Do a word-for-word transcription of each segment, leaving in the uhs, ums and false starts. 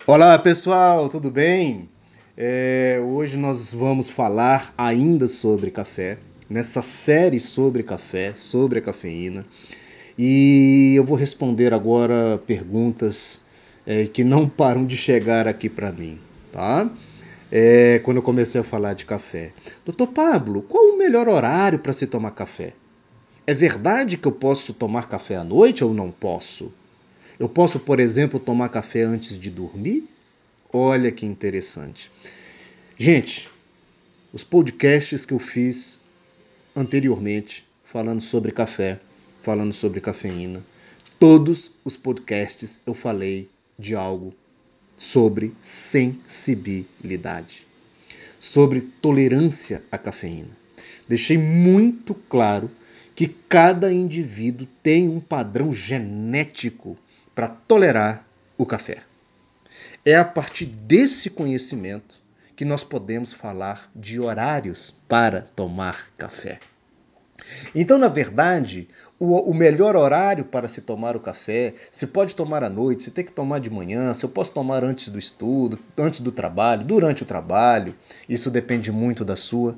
Olá pessoal, tudo bem? É, hoje nós vamos falar ainda sobre café, nessa série sobre café, sobre a cafeína, e eu vou responder agora perguntas é, que não param de chegar aqui para mim, tá? É, quando eu comecei a falar de café. Doutor Pablo, qual o melhor horário para se tomar café? É verdade que eu posso tomar café à noite ou não posso? Eu posso, por exemplo, tomar café antes de dormir? Olha que interessante. Gente, os podcasts que eu fiz anteriormente, falando sobre café, falando sobre cafeína, todos os podcasts eu falei de algo sobre sensibilidade, sobre tolerância à cafeína. Deixei muito claro que cada indivíduo tem um padrão genético para tolerar o café. É a partir desse conhecimento que nós podemos falar de horários para tomar café. Então, na verdade, o, o melhor horário para se tomar o café, se pode tomar à noite, se tem que tomar de manhã, se eu posso tomar antes do estudo, antes do trabalho, durante o trabalho, isso depende muito da sua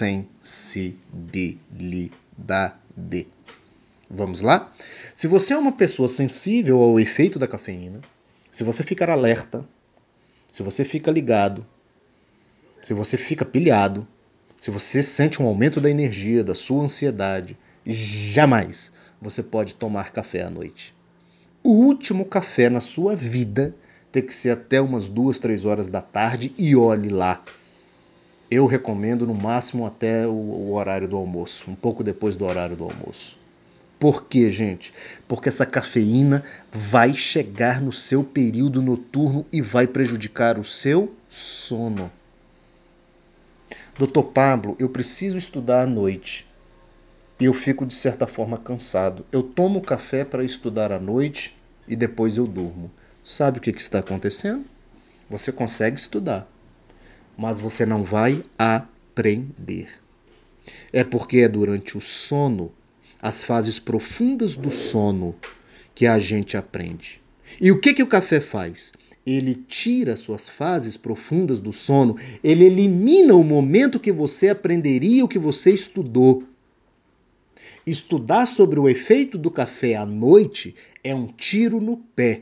sensibilidade. Vamos lá? Se você é uma pessoa sensível ao efeito da cafeína, se você ficar alerta, se você fica ligado, se você fica pilhado, se você sente um aumento da energia, da sua ansiedade, jamais você pode tomar café à noite. O último café na sua vida tem que ser até umas duas, três horas da tarde e olhe lá. Eu recomendo no máximo até o horário do almoço, um pouco depois do horário do almoço. Por quê, gente? Porque essa cafeína vai chegar no seu período noturno e vai prejudicar o seu sono. Doutor Pablo, eu preciso estudar à noite e eu fico de certa forma cansado. Eu tomo café para estudar à noite e depois eu durmo. Sabe o que está acontecendo? Você consegue estudar, mas você não vai aprender. É porque é durante o sono, as fases profundas do sono, que a gente aprende. E o que, que o café faz? Ele tira suas fases profundas do sono, ele elimina o momento que você aprenderia o que você estudou. Estudar sobre o efeito do café à noite é um tiro no pé.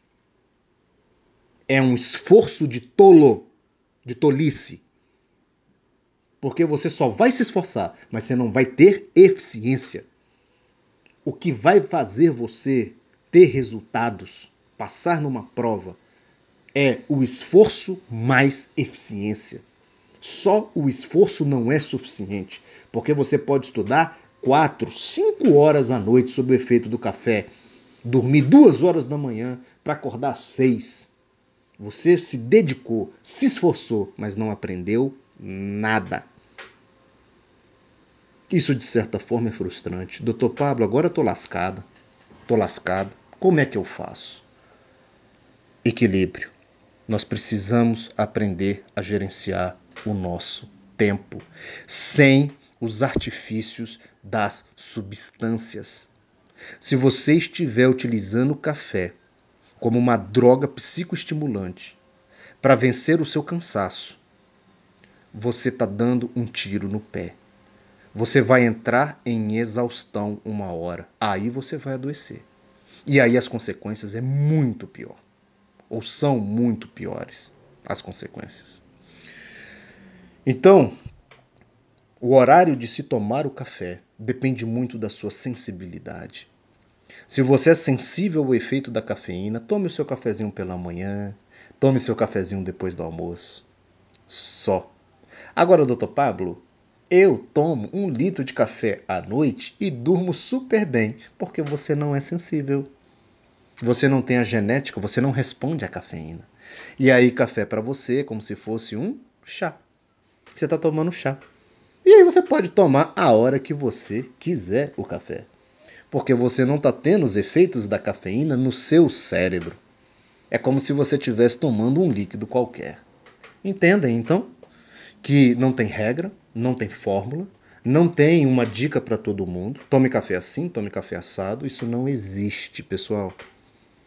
É um esforço de tolo, de tolice. Porque você só vai se esforçar, mas você não vai ter eficiência. O que vai fazer você ter resultados, passar numa prova, é o esforço mais eficiência. Só o esforço não é suficiente, porque você pode estudar quatro, cinco horas à noite sob o efeito do café, dormir duas horas da manhã para acordar às seis. Você se dedicou, se esforçou, mas não aprendeu nada. Isso, de certa forma, é frustrante. Doutor Pablo, agora eu tô lascado. Tô lascado. Como é que eu faço? Equilíbrio. Nós precisamos aprender a gerenciar o nosso tempo, sem os artifícios das substâncias. Se você estiver utilizando o café como uma droga psicoestimulante para vencer o seu cansaço, você está dando um tiro no pé. Você vai entrar em exaustão uma hora. Aí você vai adoecer. E aí as consequências é muito pior. Ou são muito piores as consequências. Então, o horário de se tomar o café depende muito da sua sensibilidade. Se você é sensível ao efeito da cafeína, tome o seu cafezinho pela manhã, tome seu cafezinho depois do almoço. Só. Agora, doutor Pablo, eu tomo um litro de café à noite e durmo super bem, porque você não é sensível. Você não tem a genética, você não responde à cafeína. E aí café para você é como se fosse um chá. Você está tomando chá. E aí você pode tomar a hora que você quiser o café. Porque você não está tendo os efeitos da cafeína no seu cérebro. É como se você estivesse tomando um líquido qualquer. Entendem, então? Que não tem regra, não tem fórmula, não tem uma dica para todo mundo. Tome café assim, tome café assado. Isso não existe, pessoal.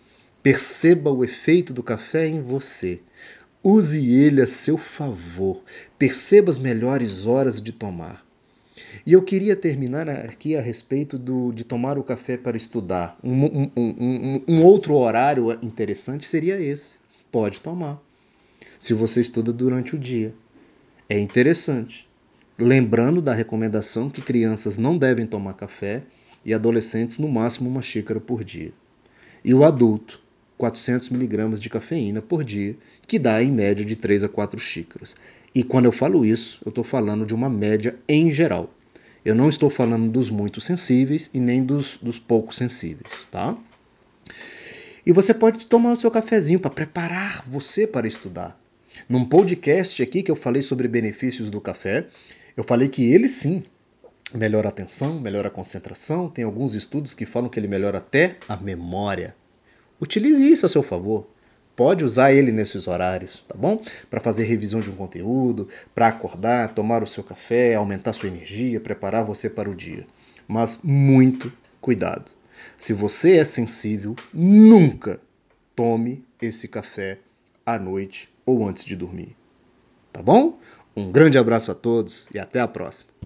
Perceba o efeito do café em você. Use ele a seu favor. Perceba as melhores horas de tomar. E eu queria terminar aqui a respeito do, de tomar o café para estudar. Um, um, um, um outro horário interessante seria esse. Pode tomar. Se você estuda durante o dia. É interessante. Lembrando da recomendação que crianças não devem tomar café e adolescentes no máximo uma xícara por dia. E o adulto, quatrocentos miligramas de cafeína por dia, que dá em média de três a quatro xícaras. E quando eu falo isso, eu estou falando de uma média em geral. Eu não estou falando dos muito sensíveis e nem dos, dos pouco sensíveis, tá? E você pode tomar o seu cafezinho para preparar você para estudar. Num podcast aqui que eu falei sobre benefícios do café, eu falei que ele sim melhora a atenção, melhora a concentração, tem alguns estudos que falam que ele melhora até a memória. Utilize isso a seu favor. Pode usar ele nesses horários, tá bom? Para fazer revisão de um conteúdo, para acordar, tomar o seu café, aumentar sua energia, preparar você para o dia. Mas muito cuidado. Se você é sensível, nunca tome esse café à noite ou antes de dormir. Tá bom? Um grande abraço a todos e até a próxima.